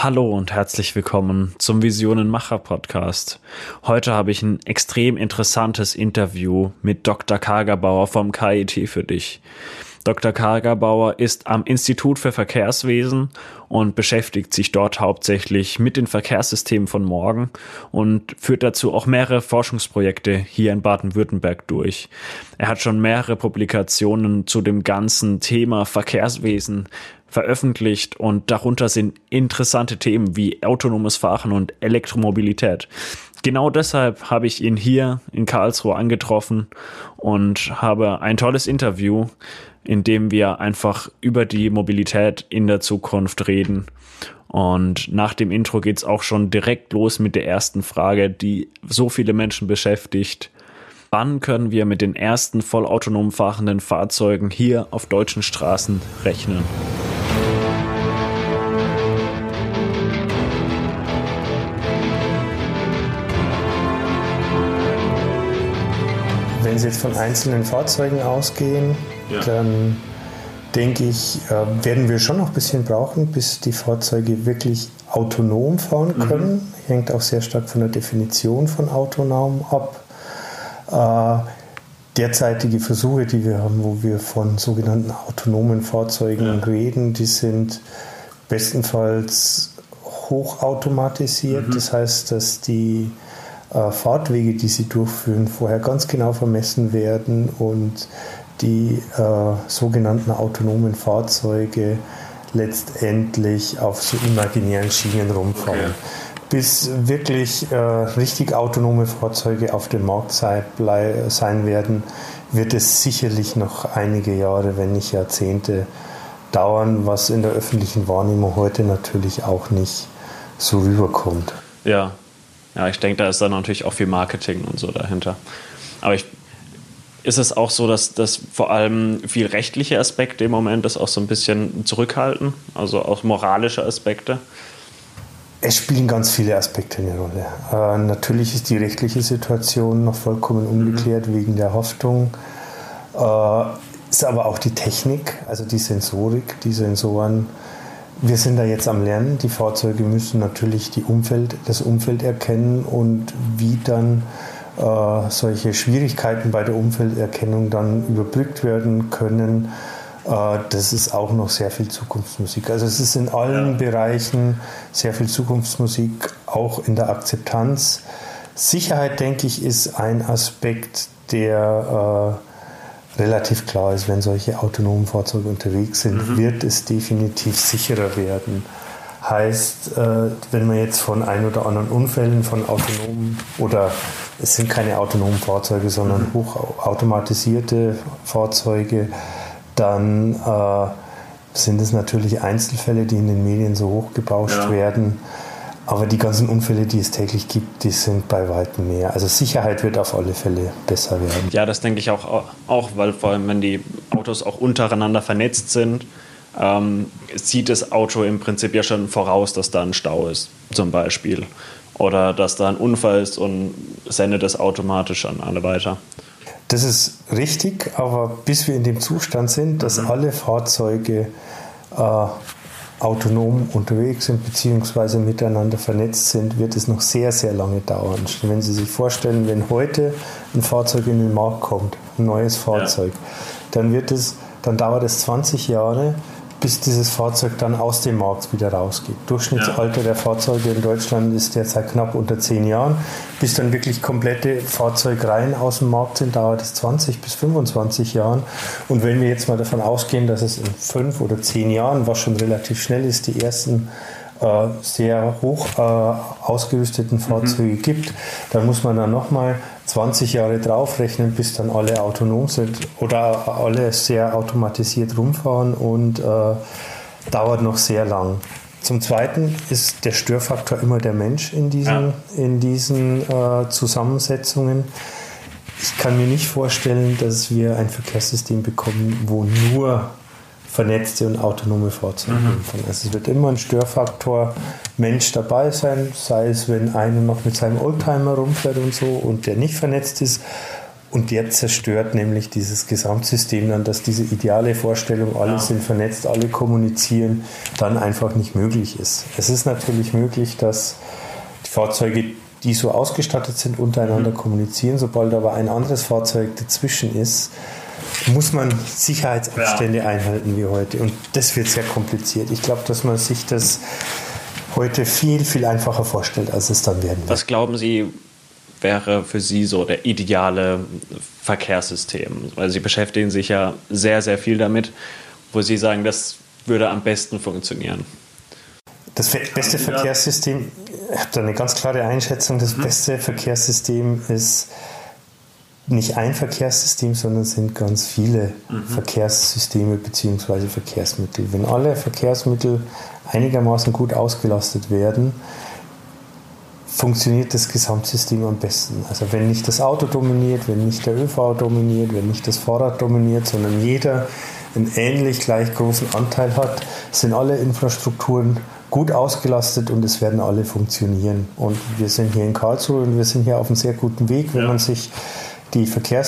Hallo und herzlich willkommen zum Visionenmacher Podcast. Heute habe ich ein extrem interessantes Interview mit Dr. Kagerbauer vom KIT für dich. Dr. Kagerbauer ist am Institut für Verkehrswesen und beschäftigt sich dort hauptsächlich mit den Verkehrssystemen von morgen und führt dazu auch mehrere Forschungsprojekte hier in Baden-Württemberg durch. Er hat schon mehrere Publikationen zu dem ganzen Thema Verkehrswesen veröffentlicht und darunter sind interessante Themen wie autonomes Fahren und Elektromobilität. Genau deshalb habe ich ihn hier in Karlsruhe angetroffen und habe ein tolles Interview, in dem wir einfach über die Mobilität in der Zukunft reden. Und nach dem Intro geht's auch schon direkt los mit der ersten Frage, die so viele Menschen beschäftigt. Wann können wir mit den ersten vollautonom fahrenden Fahrzeugen hier auf deutschen Straßen rechnen? Wenn Sie jetzt von einzelnen Fahrzeugen ausgehen, dann denke ich, werden wir schon noch ein bisschen brauchen, bis die Fahrzeuge wirklich autonom fahren können. Hängt auch sehr stark von der Definition von autonom ab. Derzeitige Versuche, die wir haben, wo wir von sogenannten autonomen Fahrzeugen reden, die sind bestenfalls hochautomatisiert. Das heißt, dass die Fahrtwege, die sie durchführen, vorher ganz genau vermessen werden und die sogenannten autonomen Fahrzeuge letztendlich auf so imaginären Schienen rumfahren. Okay. Bis wirklich richtig autonome Fahrzeuge auf dem Markt sein werden, wird es sicherlich noch einige Jahre, wenn nicht Jahrzehnte dauern, was in der öffentlichen Wahrnehmung heute natürlich auch nicht so rüberkommt. Ja, ich denke, da ist dann natürlich auch viel Marketing und so dahinter. Aber ist es auch so, dass vor allem viel rechtliche Aspekte im Moment das auch so ein bisschen zurückhalten, also auch moralische Aspekte? Es spielen ganz viele Aspekte eine Rolle. Natürlich ist die rechtliche Situation noch vollkommen ungeklärt wegen der Haftung. Ist aber auch die Technik, also die Sensorik, die Sensoren. Wir sind da jetzt am Lernen. Die Fahrzeuge müssen natürlich das Umfeld erkennen und wie dann solche Schwierigkeiten bei der Umfelderkennung dann überbrückt werden können. Das ist auch noch sehr viel Zukunftsmusik. Also es ist in allen Bereichen sehr viel Zukunftsmusik, auch in der Akzeptanz. Sicherheit, denke ich, ist ein Aspekt, der relativ klar ist. Wenn solche autonomen Fahrzeuge unterwegs sind, wird es definitiv sicherer werden. Heißt, wenn man jetzt von ein oder anderen Unfällen von autonomen, oder es sind keine autonomen Fahrzeuge, sondern hochautomatisierte Fahrzeuge, dann sind es natürlich Einzelfälle, die in den Medien so hochgebauscht werden. Aber die ganzen Unfälle, die es täglich gibt, die sind bei weitem mehr. Also Sicherheit wird auf alle Fälle besser werden. Ja, das denke ich auch, weil vor allem, wenn die Autos auch untereinander vernetzt sind, sieht das Auto im Prinzip ja schon voraus, dass da ein Stau ist, zum Beispiel. Oder dass da ein Unfall ist und sendet das automatisch an alle weiter. Das ist richtig, aber bis wir in dem Zustand sind, dass alle Fahrzeuge autonom unterwegs sind bzw. miteinander vernetzt sind, wird es noch sehr, sehr lange dauern. Wenn Sie sich vorstellen, wenn heute ein Fahrzeug in den Markt kommt, ein neues Fahrzeug, dann dauert es 20 Jahre, bis dieses Fahrzeug dann aus dem Markt wieder rausgeht. Durchschnittsalter der Fahrzeuge in Deutschland ist derzeit knapp unter 10 Jahren. Bis dann wirklich komplette Fahrzeugreihen aus dem Markt sind, dauert es 20 bis 25 Jahren. Und wenn wir jetzt mal davon ausgehen, dass es in 5 oder 10 Jahren, was schon relativ schnell ist, die ersten sehr hoch ausgerüsteten Fahrzeuge gibt, dann muss man dann nochmal 20 Jahre draufrechnen, bis dann alle autonom sind oder alle sehr automatisiert rumfahren und dauert noch sehr lang. Zum Zweiten ist der Störfaktor immer der Mensch in diesen Zusammensetzungen. Ich kann mir nicht vorstellen, dass wir ein Verkehrssystem bekommen, wo nur vernetzte und autonome Fahrzeuge fahren. Also es wird immer ein Störfaktor Mensch dabei sein, sei es, wenn einer noch mit seinem Oldtimer rumfährt und so und der nicht vernetzt ist, Und der zerstört nämlich dieses Gesamtsystem dann, dass diese ideale Vorstellung, alle sind vernetzt, alle kommunizieren, dann einfach nicht möglich ist. Es ist natürlich möglich, dass die Fahrzeuge, die so ausgestattet sind, untereinander kommunizieren. Sobald aber ein anderes Fahrzeug dazwischen ist, muss man Sicherheitsabstände einhalten wie heute. Und das wird sehr kompliziert. Ich glaube, dass man sich das heute viel, viel einfacher vorstellt, als es dann werden wird. Was glauben Sie, wäre für Sie so der ideale Verkehrssystem? Weil Sie beschäftigen sich ja sehr, sehr viel damit, wo Sie sagen, das würde am besten funktionieren. Das beste Verkehrssystem, ich habe da eine ganz klare Einschätzung, das beste Verkehrssystem ist nicht ein Verkehrssystem, sondern sind ganz viele Verkehrssysteme bzw. Verkehrsmittel. Wenn alle Verkehrsmittel einigermaßen gut ausgelastet werden, funktioniert das Gesamtsystem am besten. Also wenn nicht das Auto dominiert, wenn nicht der ÖV dominiert, wenn nicht das Fahrrad dominiert, sondern jeder einen ähnlich gleich großen Anteil hat, sind alle Infrastrukturen gut ausgelastet und es werden alle funktionieren. Und wir sind hier in Karlsruhe und wir sind hier auf einem sehr guten Weg, wenn man sich die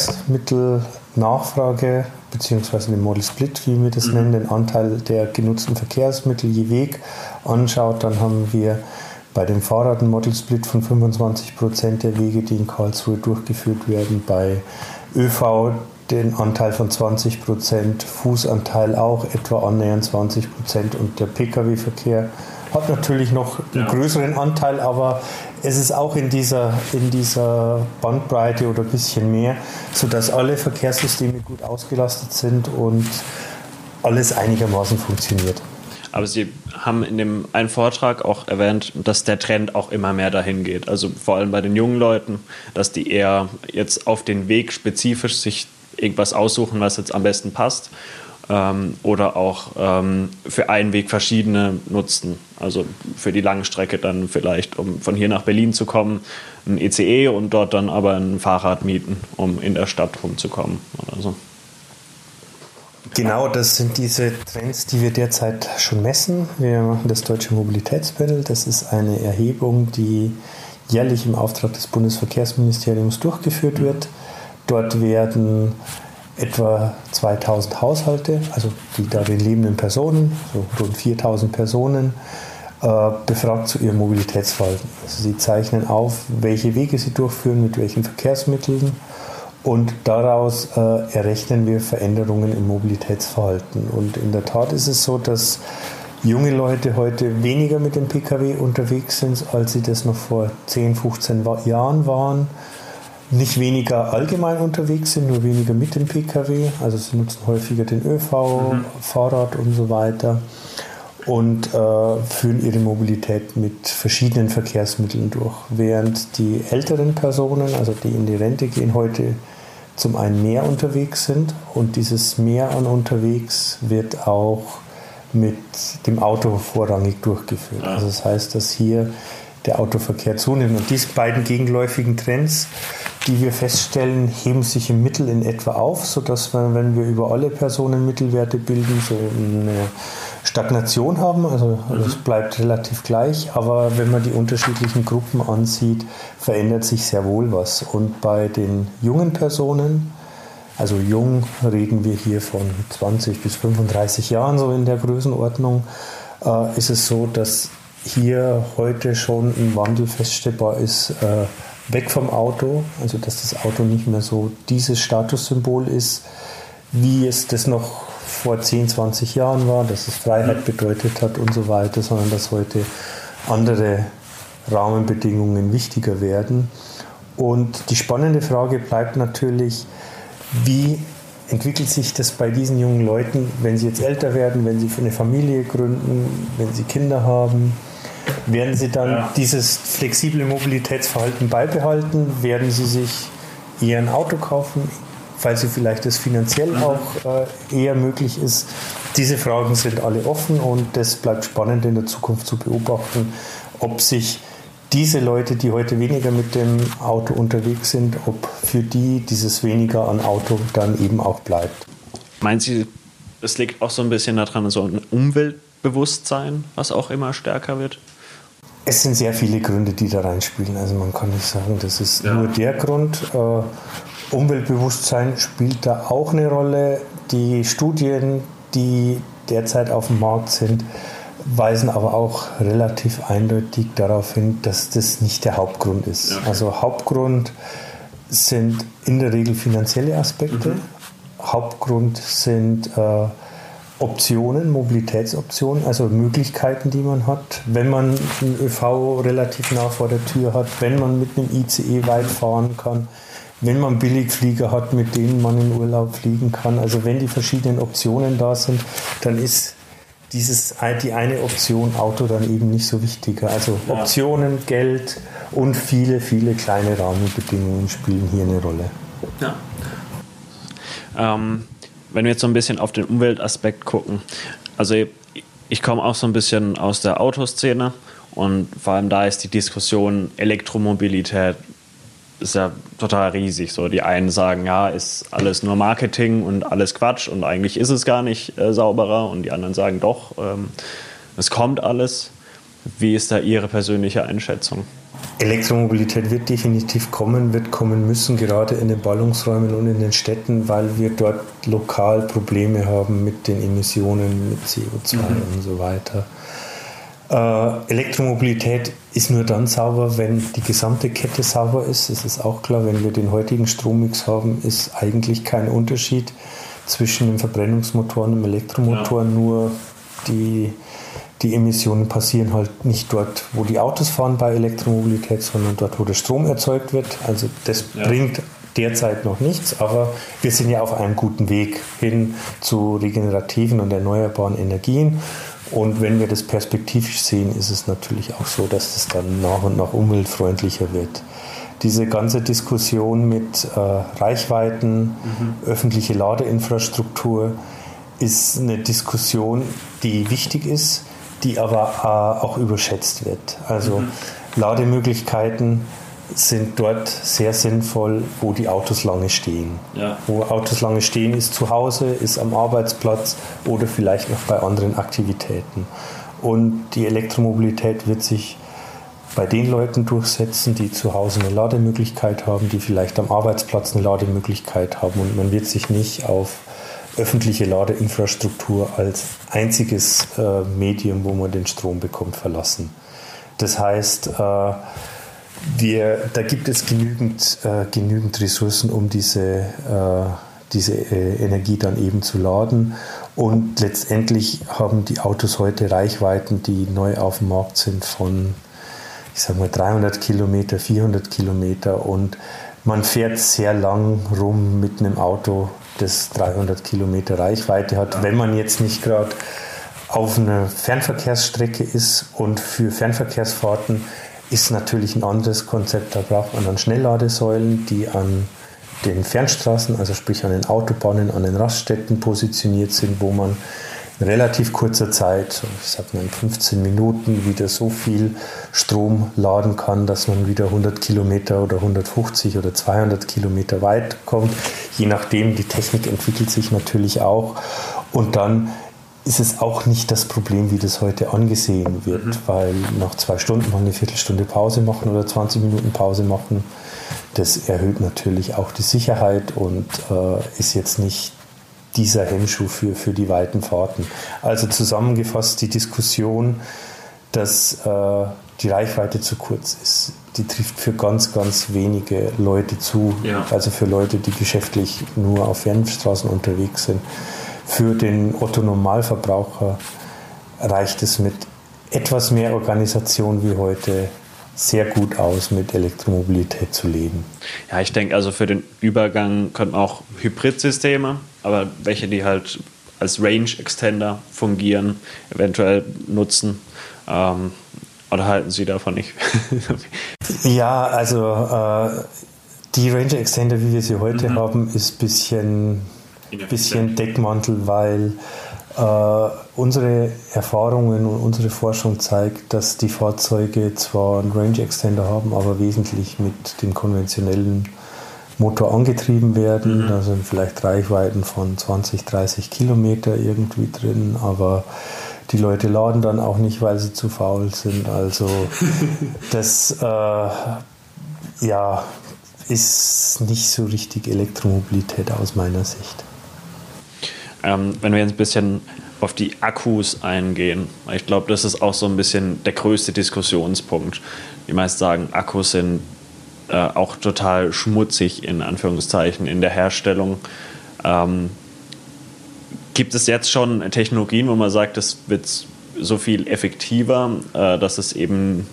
Verkehrsmittelnachfrage beziehungsweise den Model Split, wie wir das nennen, den Anteil der genutzten Verkehrsmittel je Weg anschaut, dann haben wir bei dem Fahrrad einen Model Split von 25% der Wege, die in Karlsruhe durchgeführt werden. Bei ÖV den Anteil von 20%, Fußanteil auch etwa annähernd 20% und der Pkw-Verkehr hat natürlich noch einen größeren Anteil, aber es ist auch in dieser Bandbreite oder ein bisschen mehr, sodass alle Verkehrssysteme gut ausgelastet sind und alles einigermaßen funktioniert. Aber Sie haben in dem einen Vortrag auch erwähnt, dass der Trend auch immer mehr dahin geht. Also vor allem bei den jungen Leuten, dass die eher jetzt auf den Weg spezifisch sich irgendwas aussuchen, was jetzt am besten passt. Oder auch für einen Weg verschiedene nutzen. Also für die Langstrecke dann vielleicht, um von hier nach Berlin zu kommen, ein ICE und dort dann aber ein Fahrrad mieten, um in der Stadt rumzukommen oder so. Genau, das sind diese Trends, die wir derzeit schon messen. Wir machen das Deutsche Mobilitätspanel. Das ist eine Erhebung, die jährlich im Auftrag des Bundesverkehrsministeriums durchgeführt wird. Dort werden etwa 2000 Haushalte, also die darin lebenden Personen, so rund 4000 Personen, befragt zu ihrem Mobilitätsverhalten. Also sie zeichnen auf, welche Wege sie durchführen, mit welchen Verkehrsmitteln. Und daraus errechnen wir Veränderungen im Mobilitätsverhalten. Und in der Tat ist es so, dass junge Leute heute weniger mit dem Pkw unterwegs sind, als sie das noch vor 10, 15 Jahren waren. Nicht weniger allgemein unterwegs sind, nur weniger mit dem Pkw. Also sie nutzen häufiger den ÖV, Fahrrad und so weiter. Und führen ihre Mobilität mit verschiedenen Verkehrsmitteln durch. Während die älteren Personen, also die in die Rente gehen, heute zum einen mehr unterwegs sind und dieses Mehr an unterwegs wird auch mit dem Auto vorrangig durchgeführt. Also das heißt, dass hier der Autoverkehr zunimmt. Und diese beiden gegenläufigen Trends, die wir feststellen, heben sich im Mittel in etwa auf, sodass wir, wenn wir über alle Personen Mittelwerte bilden, so eine Stagnation haben, also es bleibt relativ gleich, aber wenn man die unterschiedlichen Gruppen ansieht, verändert sich sehr wohl was. Und bei den jungen Personen, also jung reden wir hier von 20 bis 35 Jahren, so in der Größenordnung, ist es so, dass hier heute schon ein Wandel feststellbar ist, weg vom Auto, also dass das Auto nicht mehr so dieses Statussymbol ist, wie es das noch vor 10, 20 Jahren war, dass es Freiheit bedeutet hat und so weiter, sondern dass heute andere Rahmenbedingungen wichtiger werden. Und die spannende Frage bleibt natürlich, wie entwickelt sich das bei diesen jungen Leuten, wenn sie jetzt älter werden, wenn sie eine Familie gründen, wenn sie Kinder haben? Werden sie dann dieses flexible Mobilitätsverhalten beibehalten? Werden sie sich eher ein Auto kaufen, weil sie vielleicht das finanziell auch eher möglich ist? Diese Fragen sind alle offen und das bleibt spannend in der Zukunft zu beobachten, ob sich diese Leute, die heute weniger mit dem Auto unterwegs sind, ob für die dieses weniger an Auto dann eben auch bleibt. Meinen Sie, es liegt auch so ein bisschen daran, so ein Umweltbewusstsein, was auch immer stärker wird? Es sind sehr viele Gründe, die da reinspielen. Also man kann nicht sagen, das ist nur der Grund. Umweltbewusstsein spielt da auch eine Rolle. Die Studien, die derzeit auf dem Markt sind, weisen aber auch relativ eindeutig darauf hin, dass das nicht der Hauptgrund ist. Okay. Also Hauptgrund sind in der Regel finanzielle Aspekte. Hauptgrund sind Optionen, Mobilitätsoptionen, also Möglichkeiten, die man hat, wenn man einen ÖV relativ nah vor der Tür hat, wenn man mit einem ICE weit fahren kann, wenn man Billigflieger hat, mit denen man in Urlaub fliegen kann. Also wenn die verschiedenen Optionen da sind, dann ist die eine Option Auto dann eben nicht so wichtiger. Also Optionen, Geld und viele, viele kleine Rahmenbedingungen spielen hier eine Rolle. Ja. Wenn wir jetzt so ein bisschen auf den Umweltaspekt gucken, also ich komme auch so ein bisschen aus der Autoszene und vor allem da ist die Diskussion Elektromobilität ist ja total riesig. So, die einen sagen, ja, ist alles nur Marketing und alles Quatsch und eigentlich ist es gar nicht sauberer und die anderen sagen doch, es kommt alles. Wie ist da Ihre persönliche Einschätzung? Elektromobilität wird definitiv kommen, wird kommen müssen, gerade in den Ballungsräumen und in den Städten, weil wir dort lokal Probleme haben mit den Emissionen, mit CO2 und so weiter. Elektromobilität ist nur dann sauber, wenn die gesamte Kette sauber ist. Es ist auch klar, wenn wir den heutigen Strommix haben, ist eigentlich kein Unterschied zwischen dem Verbrennungsmotor und dem Elektromotor, nur die Emissionen passieren halt nicht dort, wo die Autos fahren bei Elektromobilität, sondern dort, wo der Strom erzeugt wird. Also das bringt derzeit noch nichts, aber wir sind ja auf einem guten Weg hin zu regenerativen und erneuerbaren Energien. Und wenn wir das perspektivisch sehen, ist es natürlich auch so, dass das dann nach und nach umweltfreundlicher wird. Diese ganze Diskussion mit Reichweiten, öffentliche Ladeinfrastruktur ist eine Diskussion, die wichtig ist, die aber auch überschätzt wird. Also Lademöglichkeiten sind dort sehr sinnvoll, wo die Autos lange stehen. Ja. Wo Autos lange stehen, ist zu Hause, ist am Arbeitsplatz oder vielleicht noch bei anderen Aktivitäten. Und die Elektromobilität wird sich bei den Leuten durchsetzen, die zu Hause eine Lademöglichkeit haben, die vielleicht am Arbeitsplatz eine Lademöglichkeit haben. Und man wird sich nicht auf öffentliche Ladeinfrastruktur als einziges Medium, wo man den Strom bekommt, verlassen. Das heißt, da gibt es genügend Ressourcen, um diese Energie dann eben zu laden. Und letztendlich haben die Autos heute Reichweiten, die neu auf dem Markt sind von, ich sag mal, 300 Kilometer, 400 Kilometer. Und man fährt sehr lang rum mit einem Auto, das 300 Kilometer Reichweite hat. Wenn man jetzt nicht gerade auf einer Fernverkehrsstrecke ist, und für Fernverkehrsfahrten ist natürlich ein anderes Konzept. Da braucht man dann Schnellladesäulen, die an den Fernstraßen, also sprich an den Autobahnen, an den Raststätten positioniert sind, wo man in relativ kurzer Zeit, so ich sag mal in 15 Minuten, wieder so viel Strom laden kann, dass man wieder 100 Kilometer oder 150 oder 200 Kilometer weit kommt. Je nachdem, die Technik entwickelt sich natürlich auch. Und dann ist es auch nicht das Problem, wie das heute angesehen wird, weil nach 2 Stunden mal eine Viertelstunde Pause machen oder 20 Minuten Pause machen, das erhöht natürlich auch die Sicherheit und ist jetzt nicht dieser Hemmschuh für die weiten Fahrten. Also zusammengefasst die Diskussion, dass die Reichweite zu kurz ist, die trifft für ganz, ganz wenige Leute zu, also für Leute, die geschäftlich nur auf Fernstraßen unterwegs sind. Für den Otto-Normalverbraucher reicht es mit etwas mehr Organisation wie heute sehr gut aus, mit Elektromobilität zu leben. Ja, ich denke, also für den Übergang könnten auch Hybridsysteme, aber welche, die halt als Range Extender fungieren, eventuell nutzen. Oder halten Sie davon nicht? Ja, also die Range Extender, wie wir sie heute haben, ist ein bisschen Deckmantel, weil unsere Erfahrungen und unsere Forschung zeigt, dass die Fahrzeuge zwar einen Range Extender haben, aber wesentlich mit dem konventionellen Motor angetrieben werden. Da sind vielleicht Reichweiten von 20, 30 Kilometer irgendwie drin, aber die Leute laden dann auch nicht, weil sie zu faul sind. Also das ist nicht so richtig Elektromobilität aus meiner Sicht. Wenn wir jetzt ein bisschen auf die Akkus eingehen, ich glaube, das ist auch so ein bisschen der größte Diskussionspunkt. Die meisten sagen, Akkus sind auch total schmutzig, in Anführungszeichen, in der Herstellung. Gibt es jetzt schon Technologien, wo man sagt, das wird so viel effektiver, dass es eben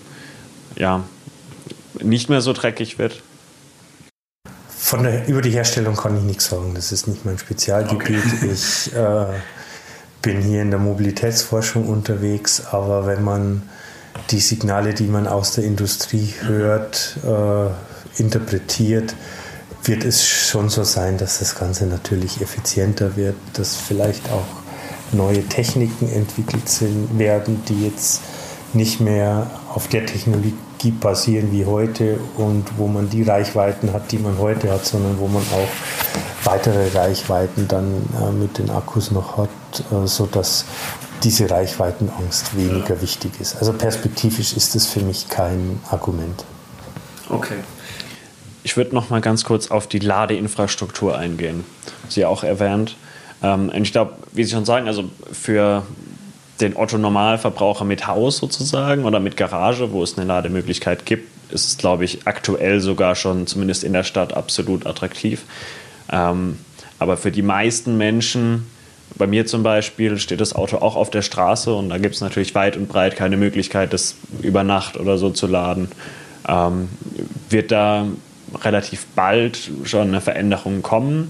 nicht mehr so dreckig wird? Über die Herstellung kann ich nichts sagen. Das ist nicht mein Spezialgebiet. Okay. Ich bin hier in der Mobilitätsforschung unterwegs, aber wenn man die Signale, die man aus der Industrie hört, interpretiert, wird es schon so sein, dass das Ganze natürlich effizienter wird, dass vielleicht auch neue Techniken entwickelt werden, die jetzt nicht mehr auf der Technologie basieren wie heute und wo man die Reichweiten hat, die man heute hat, sondern wo man auch weitere Reichweiten dann mit den Akkus noch hat, sodass diese Reichweitenangst weniger wichtig ist. Also perspektivisch ist das für mich kein Argument. Okay. Ich würde noch mal ganz kurz auf die Ladeinfrastruktur eingehen. Sie auch erwähnt. Und ich glaube, wie Sie schon sagen, also für den Otto-Normalverbraucher mit Haus sozusagen oder mit Garage, wo es eine Lademöglichkeit gibt, ist es, glaube ich, aktuell sogar schon, zumindest in der Stadt, absolut attraktiv. Aber für die meisten Menschen, bei mir zum Beispiel, steht das Auto auch auf der Straße und da gibt es natürlich weit und breit keine Möglichkeit, das über Nacht oder so zu laden. Wird da relativ bald schon eine Veränderung kommen?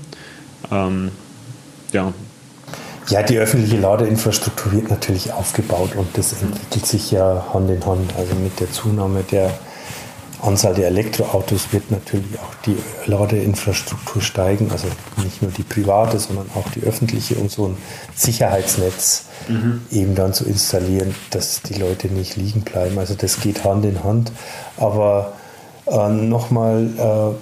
Ja, die öffentliche Ladeinfrastruktur wird natürlich aufgebaut und das entwickelt sich ja Hand in Hand. Also mit der Zunahme der Anzahl der Elektroautos wird natürlich auch die Ladeinfrastruktur steigen. Also nicht nur die private, sondern auch die öffentliche, um so ein Sicherheitsnetz eben dann zu installieren, dass die Leute nicht liegen bleiben. Also das geht Hand in Hand. Aber nochmal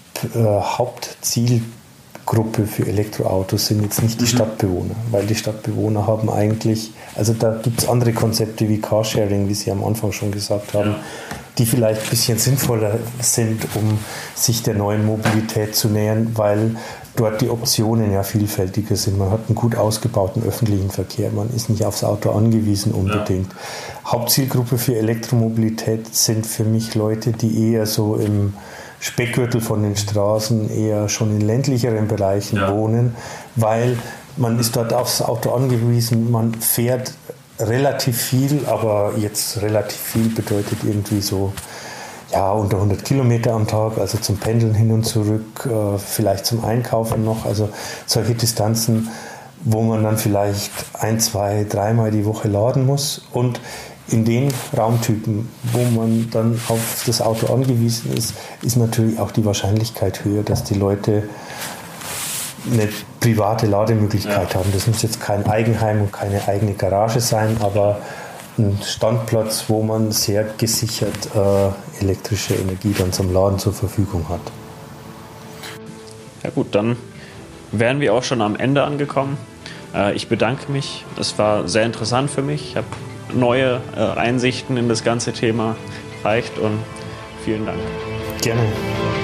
Hauptzielgruppe für Elektroautos sind jetzt nicht die Stadtbewohner, weil die Stadtbewohner haben eigentlich, also da gibt es andere Konzepte wie Carsharing, wie Sie am Anfang schon gesagt haben, die vielleicht ein bisschen sinnvoller sind, um sich der neuen Mobilität zu nähern, weil dort die Optionen ja vielfältiger sind. Man hat einen gut ausgebauten öffentlichen Verkehr, man ist nicht aufs Auto angewiesen unbedingt. Ja. Hauptzielgruppe für Elektromobilität sind für mich Leute, die eher so im Speckgürtel von den Straßen, eher schon in ländlicheren Bereichen wohnen, weil man ist dort aufs Auto angewiesen, man fährt relativ viel, aber jetzt relativ viel bedeutet irgendwie so unter 100 Kilometer am Tag, also zum Pendeln hin und zurück, vielleicht zum Einkaufen noch, also solche Distanzen, wo man dann vielleicht 1, 2, 3 Mal die Woche laden muss und in den Raumtypen, wo man dann auf das Auto angewiesen ist, ist natürlich auch die Wahrscheinlichkeit höher, dass die Leute eine private Lademöglichkeit haben. Das muss jetzt kein Eigenheim und keine eigene Garage sein, aber ein Standplatz, wo man sehr gesichert elektrische Energie dann zum Laden zur Verfügung hat. Ja gut, dann wären wir auch schon am Ende angekommen. Ich bedanke mich. Es war sehr interessant für mich. Ich habe neue Einsichten in das ganze Thema erreicht und vielen Dank. Gerne.